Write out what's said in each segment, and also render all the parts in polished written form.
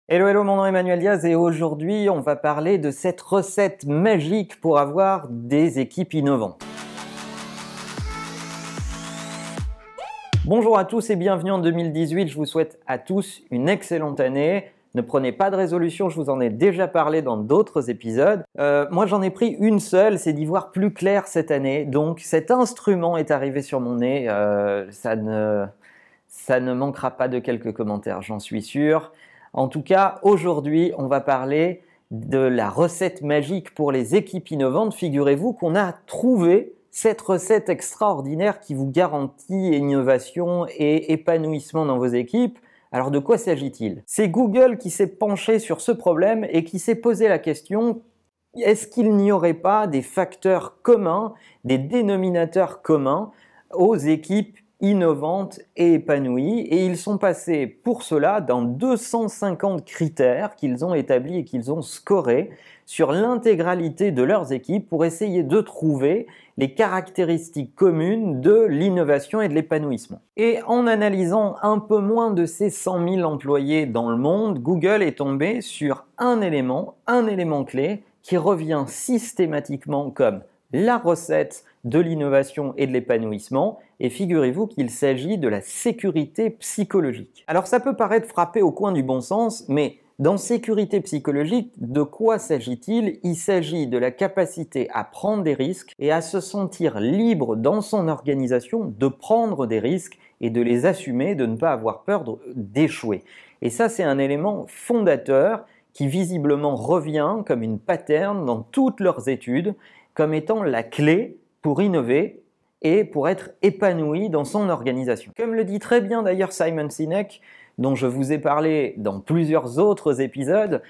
Hello, hello, mon nom est Emmanuel Diaz et aujourd'hui on va parler de cette recette magique pour avoir des équipes innovantes. Bonjour à tous et bienvenue en 2018, je vous souhaite à tous une excellente année. Ne prenez pas de résolution, je vous en ai déjà parlé dans d'autres épisodes. Moi j'en ai pris une seule, c'est d'y voir plus clair cette année. Donc cet instrument est arrivé sur mon nez, ça ne manquera pas de quelques commentaires, j'en suis sûr. En tout cas, aujourd'hui, on va parler de la recette magique pour les équipes innovantes. Figurez-vous qu'on a trouvé cette recette extraordinaire qui vous garantit innovation et épanouissement dans vos équipes. Alors de quoi s'agit-il? C'est Google qui s'est penché sur ce problème et qui s'est posé la question: est-ce qu'il n'y aurait pas des facteurs communs, des dénominateurs communs aux équipes innovantes et épanouies? Et ils sont passés pour cela dans 250 critères qu'ils ont établis et qu'ils ont scorés sur l'intégralité de leurs équipes pour essayer de trouver les caractéristiques communes de l'innovation et de l'épanouissement. Et en analysant un peu moins de ces 100 000 employés dans le monde, Google est tombé sur un élément clé qui revient systématiquement comme la recette de l'innovation et de l'épanouissement, et figurez-vous qu'il s'agit de la sécurité psychologique. Alors ça peut paraître frappé au coin du bon sens, mais dans sécurité psychologique, de quoi s'agit-il? Il s'agit de la capacité à prendre des risques et à se sentir libre dans son organisation de prendre des risques et de les assumer, de ne pas avoir peur d'échouer. Et ça, c'est un élément fondateur qui visiblement revient comme une pattern dans toutes leurs études, comme étant la clé pour innover et pour être épanoui dans son organisation. Comme le dit très bien d'ailleurs Simon Sinek, dont je vous ai parlé dans plusieurs autres épisodes,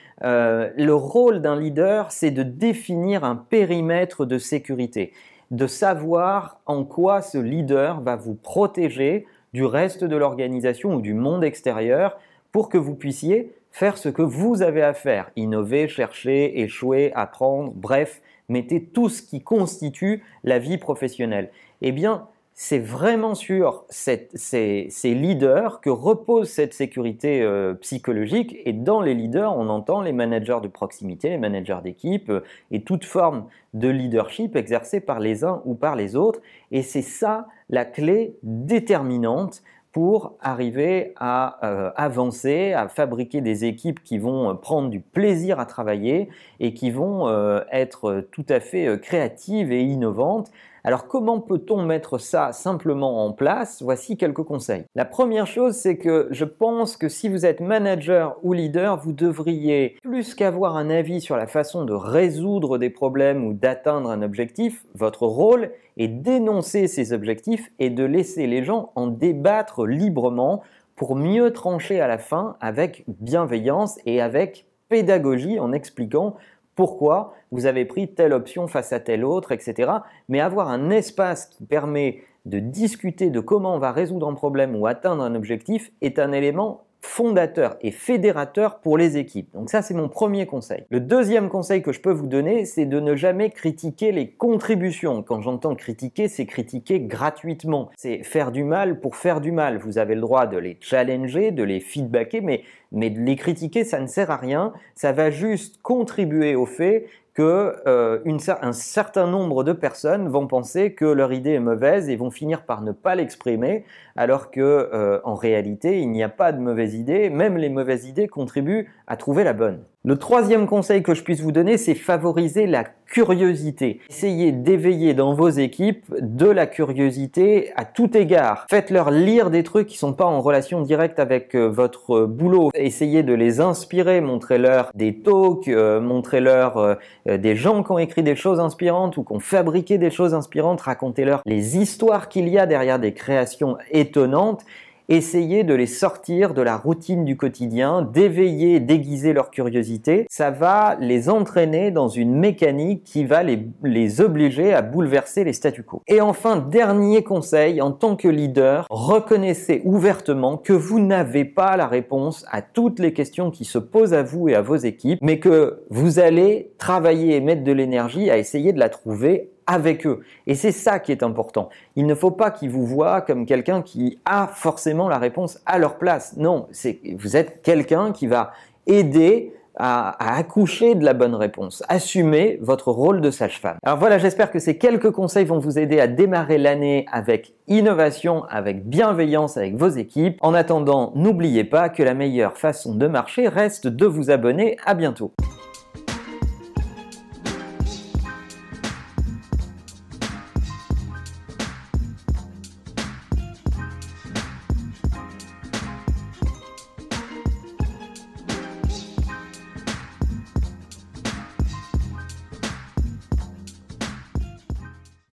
le rôle d'un leader, c'est de définir un périmètre de sécurité, de savoir en quoi ce leader va vous protéger du reste de l'organisation ou du monde extérieur pour que vous puissiez faire ce que vous avez à faire, innover, chercher, échouer, apprendre, bref, mettez tout ce qui constitue la vie professionnelle. Eh bien, c'est vraiment sur ces leaders que repose cette sécurité psychologique, et dans les leaders, on entend les managers de proximité, les managers d'équipe et toute forme de leadership exercée par les uns ou par les autres, et c'est ça la clé déterminante pour arriver à avancer, à fabriquer des équipes qui vont prendre du plaisir à travailler et qui vont être tout à fait créatives et innovantes. Alors comment peut-on mettre ça simplement en place? Voici quelques conseils. La première chose, c'est que je pense que si vous êtes manager ou leader, vous devriez, plus qu'avoir un avis sur la façon de résoudre des problèmes ou d'atteindre un objectif, votre rôle est d'énoncer ces objectifs et de laisser les gens en débattre librement pour mieux trancher à la fin avec bienveillance et avec pédagogie, en expliquant pourquoi vous avez pris telle option face à telle autre, etc. Mais avoir un espace qui permet de discuter de comment on va résoudre un problème ou atteindre un objectif est un élément fondateur et fédérateur pour les équipes. Donc ça, c'est mon premier conseil. Le deuxième conseil que je peux vous donner, c'est de ne jamais critiquer les contributions. Quand j'entends critiquer, c'est critiquer gratuitement. C'est faire du mal pour faire du mal. Vous avez le droit de les challenger, de les feedbacker, mais de les critiquer, ça ne sert à rien. Ça va juste contribuer au fait qu'un certain nombre de personnes vont penser que leur idée est mauvaise et vont finir par ne pas l'exprimer, alors que en réalité, il n'y a pas de mauvaise idée. Même les mauvaises idées contribuent à trouver la bonne. Le troisième conseil que je puisse vous donner, c'est favoriser la curiosité. Essayez d'éveiller dans vos équipes de la curiosité à tout égard. Faites-leur lire des trucs qui ne sont pas en relation directe avec votre boulot. Essayez de les inspirer, montrez-leur des talks, montrez-leur des gens qui ont écrit des choses inspirantes ou qui ont fabriqué des choses inspirantes, racontez-leur les histoires qu'il y a derrière des créations étonnantes. Essayez de les sortir de la routine du quotidien, d'éveiller, d'aiguiser leur curiosité. Ça va les entraîner dans une mécanique qui va les obliger à bouleverser les statu quo. Et enfin, dernier conseil, en tant que leader, reconnaissez ouvertement que vous n'avez pas la réponse à toutes les questions qui se posent à vous et à vos équipes, mais que vous allez travailler et mettre de l'énergie à essayer de la trouver avec eux. Et c'est ça qui est important. Il ne faut pas qu'ils vous voient comme quelqu'un qui a forcément la réponse à leur place. Non, vous êtes quelqu'un qui va aider à accoucher de la bonne réponse. Assumez votre rôle de sage-femme. Alors voilà, j'espère que ces quelques conseils vont vous aider à démarrer l'année avec innovation, avec bienveillance avec vos équipes. En attendant, n'oubliez pas que la meilleure façon de marcher reste de vous abonner. À bientôt.